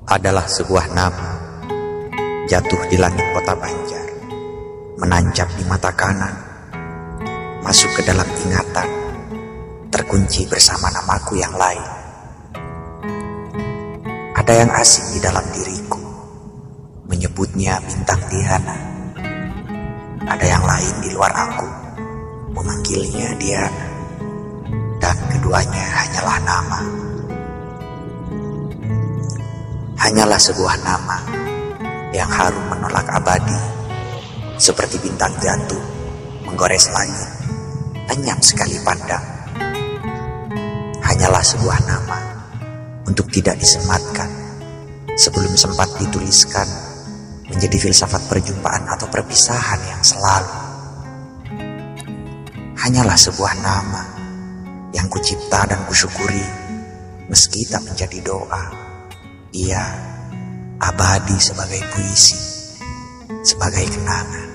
adalah sebuah nama, jatuh di langit kota Banjar, menancap di mata kanan, masuk ke dalam ingatan, terkunci bersama namaku yang lain. Ada yang asing di dalam diriku, menyebutnya bintang Diana. Ada yang lain di luar aku, memanggilnya dia, dan keduanya hanyalah nama. Hanyalah sebuah nama yang harum menolak abadi, seperti bintang jatuh menggores langit, lenyap sekali pandang. Hanyalah sebuah nama untuk tidak disematkan, sebelum sempat dituliskan menjadi filsafat perjumpaan atau perpisahan yang selalu. Hanyalah sebuah nama yang kucipta dan kusyukuri, meski tak menjadi doa. Ia abadi sebagai puisi, sebagai kenangan.